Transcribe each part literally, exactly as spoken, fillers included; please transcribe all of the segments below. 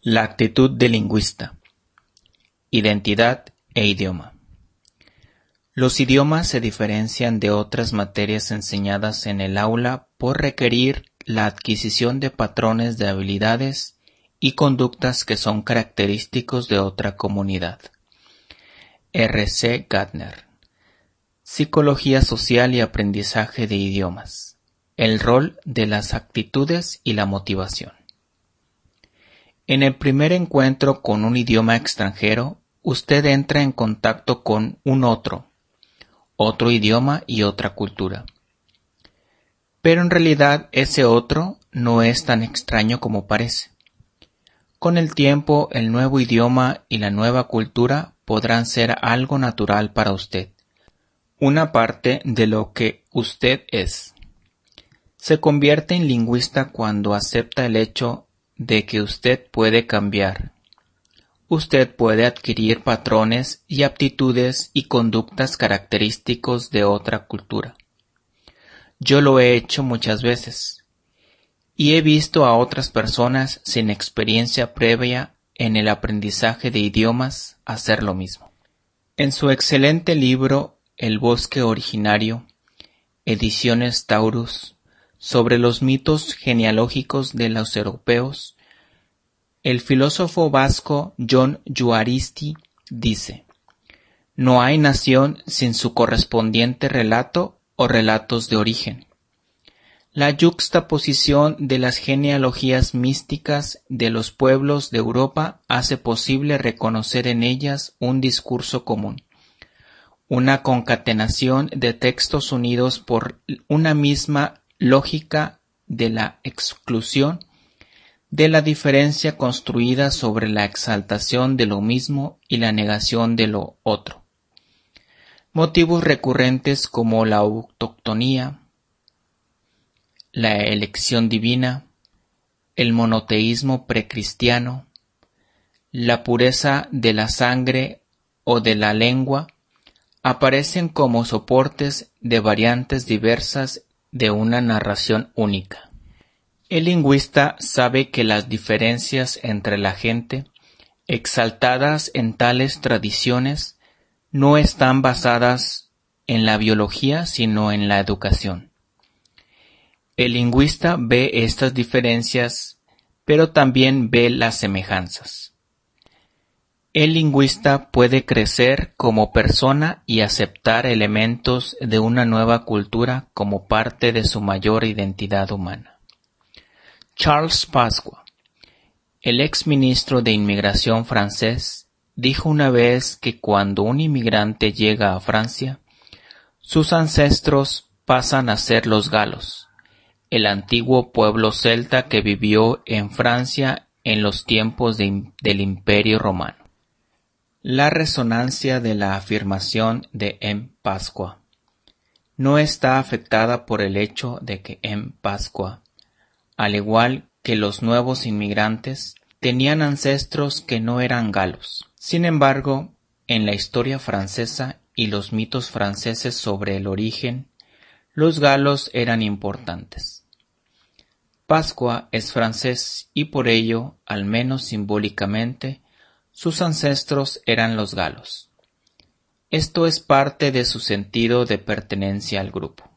La actitud del lingüista. Identidad e idioma. Los idiomas se diferencian de otras materias enseñadas en el aula por requerir la adquisición de patrones de habilidades y conductas que son característicos de otra comunidad. R. C. Gardner. Psicología social y aprendizaje de idiomas. El rol de las actitudes y la motivación. En el primer encuentro con un idioma extranjero, usted entra en contacto con un otro, otro idioma y otra cultura. Pero en realidad ese otro no es tan extraño como parece. Con el tiempo, el nuevo idioma y la nueva cultura podrán ser algo natural para usted, una parte de lo que usted es. Se convierte en lingüista cuando acepta el hecho de que usted puede cambiar. Usted puede adquirir patrones y aptitudes y conductas característicos de otra cultura. Yo lo he hecho muchas veces, y he visto a otras personas sin experiencia previa en el aprendizaje de idiomas hacer lo mismo. En su excelente libro El bosque originario, Ediciones Taurus, sobre los mitos genealógicos de los europeos, el filósofo vasco Jon Juaristi dice: no hay nación sin su correspondiente relato o relatos de origen. La yuxtaposición de las genealogías místicas de los pueblos de Europa hace posible reconocer en ellas un discurso común, una concatenación de textos unidos por una misma lógica de la exclusión, de la diferencia construida sobre la exaltación de lo mismo y la negación de lo otro. Motivos recurrentes como la autoctonía, la elección divina, el monoteísmo precristiano, la pureza de la sangre o de la lengua, aparecen como soportes de variantes diversas de una narración única. El lingüista sabe que las diferencias entre la gente, exaltadas en tales tradiciones, no están basadas en la biología sino en la educación. El lingüista ve estas diferencias, pero también ve las semejanzas. El lingüista puede crecer como persona y aceptar elementos de una nueva cultura como parte de su mayor identidad humana. Charles Pasqua, el ex ministro de Inmigración francés, dijo una vez que cuando un inmigrante llega a Francia, sus ancestros pasan a ser los galos, el antiguo pueblo celta que vivió en Francia en los tiempos de, del Imperio Romano. La resonancia de la afirmación de M. Pasqua no está afectada por el hecho de que M. Pasqua, al igual que los nuevos inmigrantes, tenían ancestros que no eran galos. Sin embargo, en la historia francesa y los mitos franceses sobre el origen, los galos eran importantes. Pasqua es francés y por ello, al menos simbólicamente, sus ancestros eran los galos. Esto es parte de su sentido de pertenencia al grupo.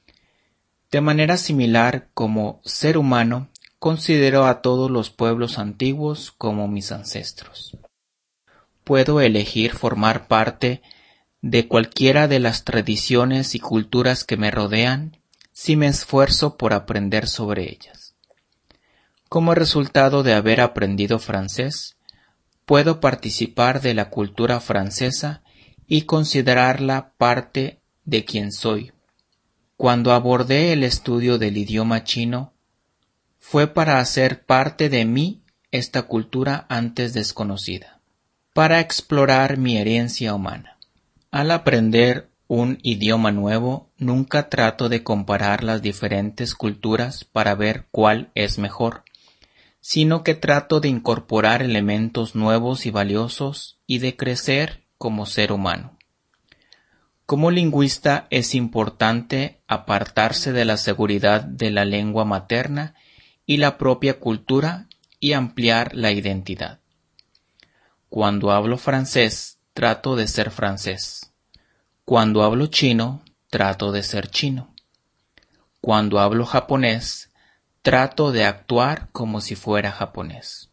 De manera similar, como ser humano, considero a todos los pueblos antiguos como mis ancestros. Puedo elegir formar parte de cualquiera de las tradiciones y culturas que me rodean si me esfuerzo por aprender sobre ellas. Como resultado de haber aprendido francés, puedo participar de la cultura francesa y considerarla parte de quien soy. Cuando abordé el estudio del idioma chino, fue para hacer parte de mí esta cultura antes desconocida, para explorar mi herencia humana. Al aprender un idioma nuevo, nunca trato de comparar las diferentes culturas para ver cuál es mejor, sino que trato de incorporar elementos nuevos y valiosos y de crecer como ser humano. Como lingüista es importante apartarse de la seguridad de la lengua materna y la propia cultura y ampliar la identidad. Cuando hablo francés, trato de ser francés. Cuando hablo chino, trato de ser chino. Cuando hablo japonés, trato de actuar como si fuera japonés.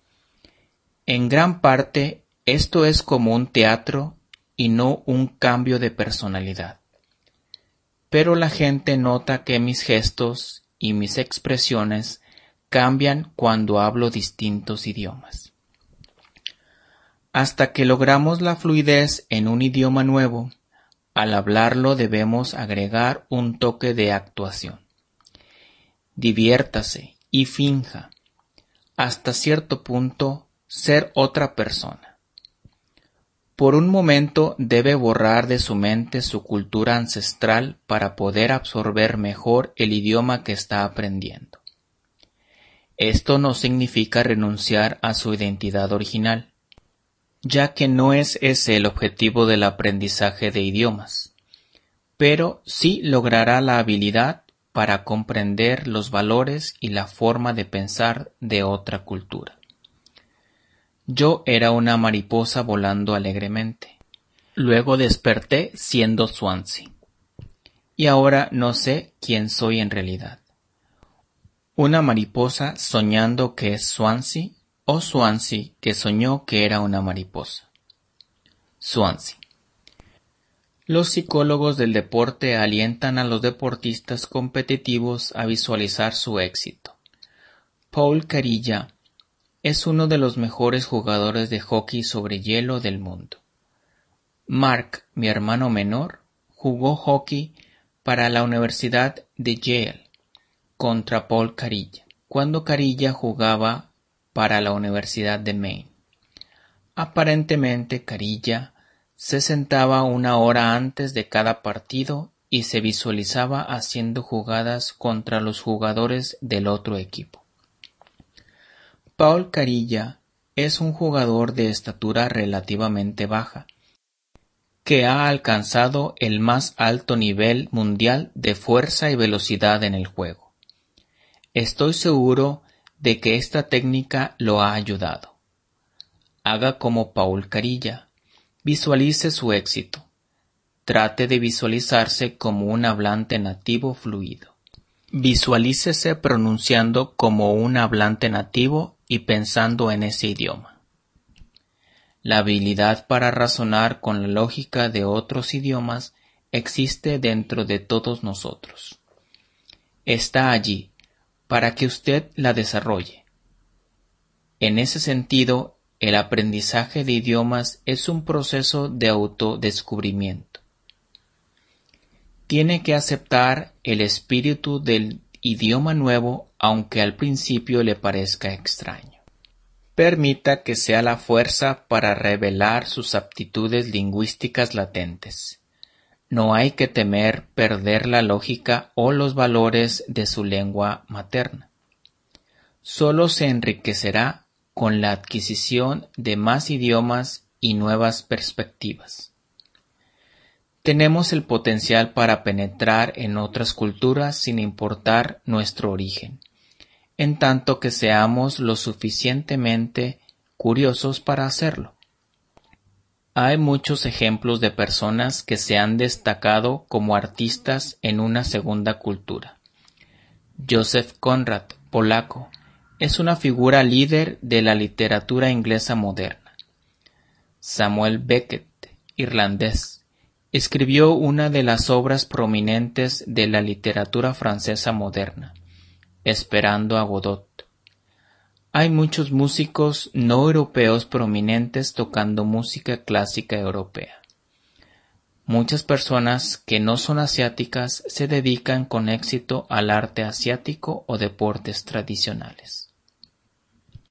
En gran parte, esto es como un teatro y no un cambio de personalidad. Pero la gente nota que mis gestos y mis expresiones cambian cuando hablo distintos idiomas. Hasta que logramos la fluidez en un idioma nuevo, al hablarlo debemos agregar un toque de actuación. Diviértase y finja, hasta cierto punto, ser otra persona. Por un momento debe borrar de su mente su cultura ancestral para poder absorber mejor el idioma que está aprendiendo. Esto no significa renunciar a su identidad original, ya que no es ese el objetivo del aprendizaje de idiomas, pero sí logrará la habilidad para comprender los valores y la forma de pensar de otra cultura. Yo era una mariposa volando alegremente. Luego desperté siendo Swansea. Y ahora no sé quién soy en realidad. Una mariposa soñando que es Swansea o Swansea que soñó que era una mariposa. Swansea. Los psicólogos del deporte alientan a los deportistas competitivos a visualizar su éxito. Paul Carilla es uno de los mejores jugadores de hockey sobre hielo del mundo. Mark, mi hermano menor, jugó hockey para la Universidad de Yale contra Paul Carilla, cuando Carilla jugaba para la Universidad de Maine. Aparentemente Carilla se sentaba una hora antes de cada partido y se visualizaba haciendo jugadas contra los jugadores del otro equipo. Paul Carilla es un jugador de estatura relativamente baja, que ha alcanzado el más alto nivel mundial de fuerza y velocidad en el juego. Estoy seguro de que esta técnica lo ha ayudado. Haga como Paul Carilla. Visualice su éxito. Trate de visualizarse como un hablante nativo fluido. Visualícese pronunciando como un hablante nativo y pensando en ese idioma. La habilidad para razonar con la lógica de otros idiomas existe dentro de todos nosotros. Está allí para que usted la desarrolle. En ese sentido, el aprendizaje de idiomas es un proceso de autodescubrimiento. Tiene que aceptar el espíritu del idioma nuevo, aunque al principio le parezca extraño. Permita que sea la fuerza para revelar sus aptitudes lingüísticas latentes. No hay que temer perder la lógica o los valores de su lengua materna. Solo se enriquecerá con la adquisición de más idiomas y nuevas perspectivas. Tenemos el potencial para penetrar en otras culturas sin importar nuestro origen, en tanto que seamos lo suficientemente curiosos para hacerlo. Hay muchos ejemplos de personas que se han destacado como artistas en una segunda cultura. Joseph Conrad, polaco, es una figura líder de la literatura inglesa moderna. Samuel Beckett, irlandés, escribió una de las obras prominentes de la literatura francesa moderna, Esperando a Godot. Hay muchos músicos no europeos prominentes tocando música clásica europea. Muchas personas que no son asiáticas se dedican con éxito al arte asiático o deportes tradicionales.